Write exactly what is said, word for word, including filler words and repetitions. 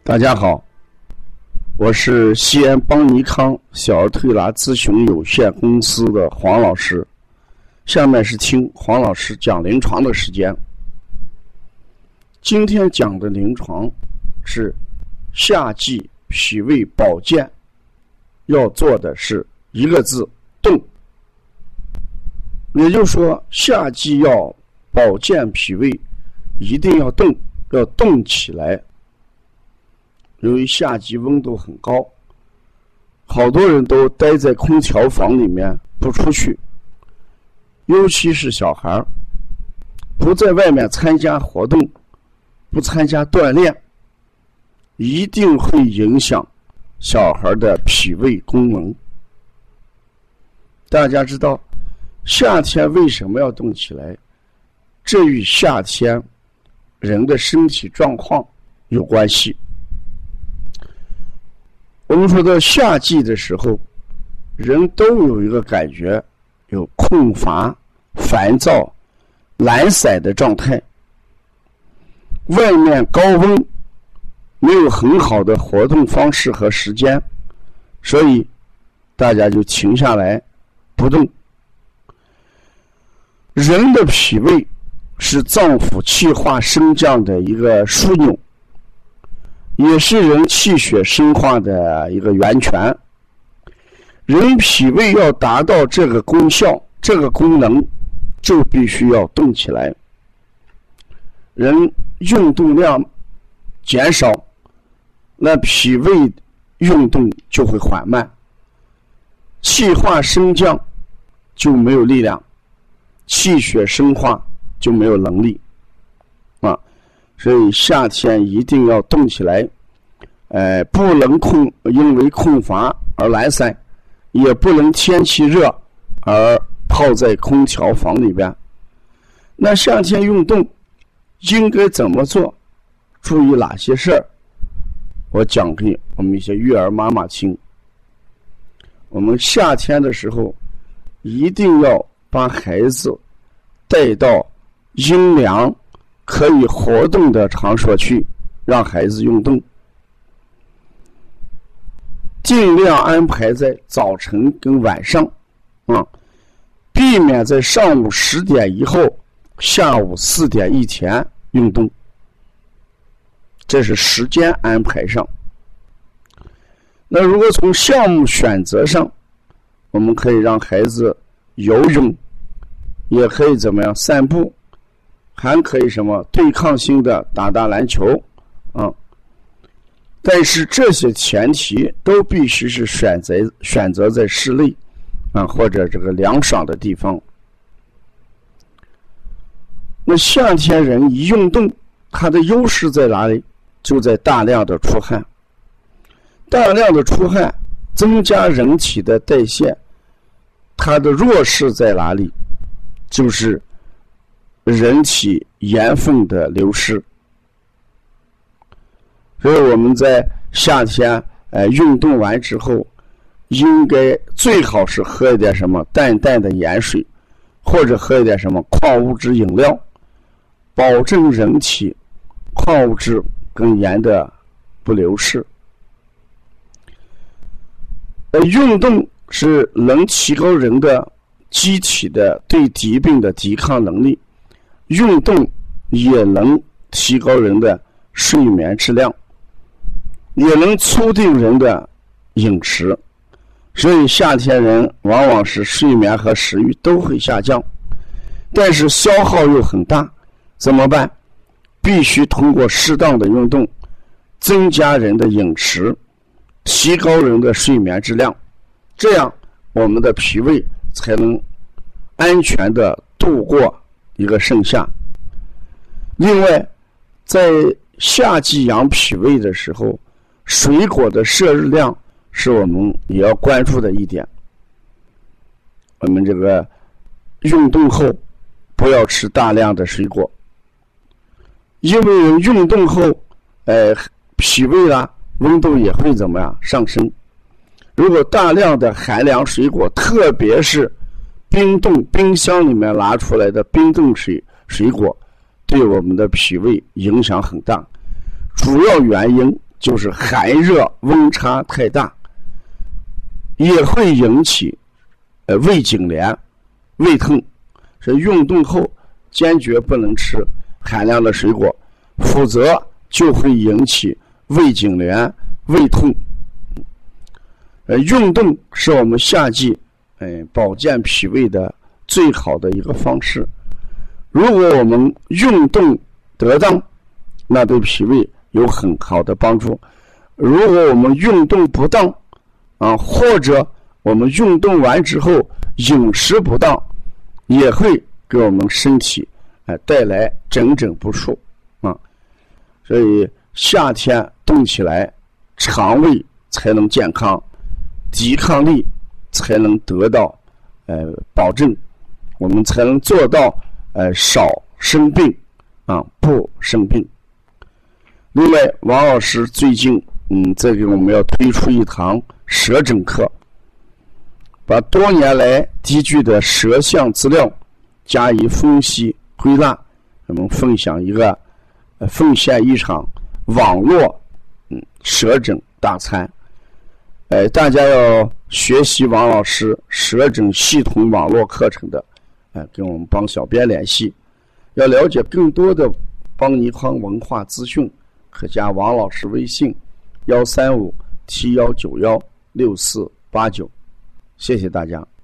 大家好，我是西安邦尼康小儿推拿咨询有限公司的黄老师。下面是听黄老师讲临床的时间。今天讲的临床是夏季脾胃保健，要做的是一个字：动。也就是说，夏季要保健脾胃，一定要动，要动起来。由于夏季温度很高，好多人都待在空调房里面不出去，尤其是小孩不在外面参加活动，不参加锻炼，一定会影响小孩的脾胃功能。大家知道夏天为什么要动起来？这与夏天人的身体状况有关系。我们说到夏季的时候，人都有一个感觉，有困乏、烦躁、懒散的状态。外面高温，没有很好的活动方式和时间，所以大家就停下来不动。人的脾胃是脏腑气化升降的一个枢纽，也是人气血生化的一个源泉。人脾胃要达到这个功效、这个功能，就必须要动起来。人运动量减少，那脾胃运动就会缓慢，气化升降就没有力量，气血生化就没有能力啊。所以夏天一定要动起来，呃，不能困，因为困乏而懒散，也不能天气热而泡在空调房里边。那夏天运动应该怎么做？注意哪些事儿？我讲给我们一些育儿妈妈听。我们夏天的时候，一定要把孩子带到阴凉可以活动的场所去，让孩子运动。尽量安排在早晨跟晚上，啊，避免在上午十点以后、下午四点以前运动。这是时间安排上。那如果从项目选择上，我们可以让孩子游泳，也可以怎么样散步，还可以什么对抗性的打打篮球啊。但是这些前提都必须是选择选择在室内啊，或者这个凉爽的地方。那夏天人一运动，它的优势在哪里？就在大量的出汗。大量的出汗增加人体的代谢，它的弱势在哪里？就是人体盐分的流失。所以我们在夏天呃运动完之后，应该最好是喝一点什么淡淡的盐水，或者喝一点什么矿物质饮料，保证人体矿物质跟盐的不流失。呃，运动是能提高人的机体的对疾病的抵抗能力，运动也能提高人的睡眠质量，也能促进人的饮食。所以夏天人往往是睡眠和食欲都会下降，但是消耗又很大，怎么办？必须通过适当的运动，增加人的饮食，提高人的睡眠质量，这样我们的脾胃才能安全的度过一个盛夏。另外，在夏季养脾胃的时候，水果的摄入量是我们也要关注的一点。我们这个运动后不要吃大量的水果，因为运动后呃脾胃啊温度也会怎么样上升。如果大量的寒凉水果，特别是冰冻冰箱里面拿出来的冰冻水水果，对我们的脾胃影响很大。主要原因就是寒热温差太大，也会引起呃胃痉挛、胃痛。所以运动后坚决不能吃寒凉的水果，否则就会引起胃痉挛、胃痛。呃，运动是我们夏季呃保健脾胃的最好的一个方式。如果我们运动得当，那对脾胃有很好的帮助。如果我们运动不当啊，或者我们运动完之后饮食不当，也会给我们身体呃带来整整不舒啊。所以夏天动起来，肠胃才能健康，抵抗力才能得到呃保证，我们才能做到呃少生病啊，不生病。另外，王老师最近嗯，这个我们要推出一堂舌诊课，把多年来积聚的舌象资料加以分析归纳，我们分享一个呃奉献一场网络嗯舌诊大餐。呃，大家要学习王老师舌诊系统网络课程的，呃，跟我们帮小编联系。要了解更多的邦尼康文化资讯，可加王老师微信幺三五七幺九幺六四八九。谢谢大家。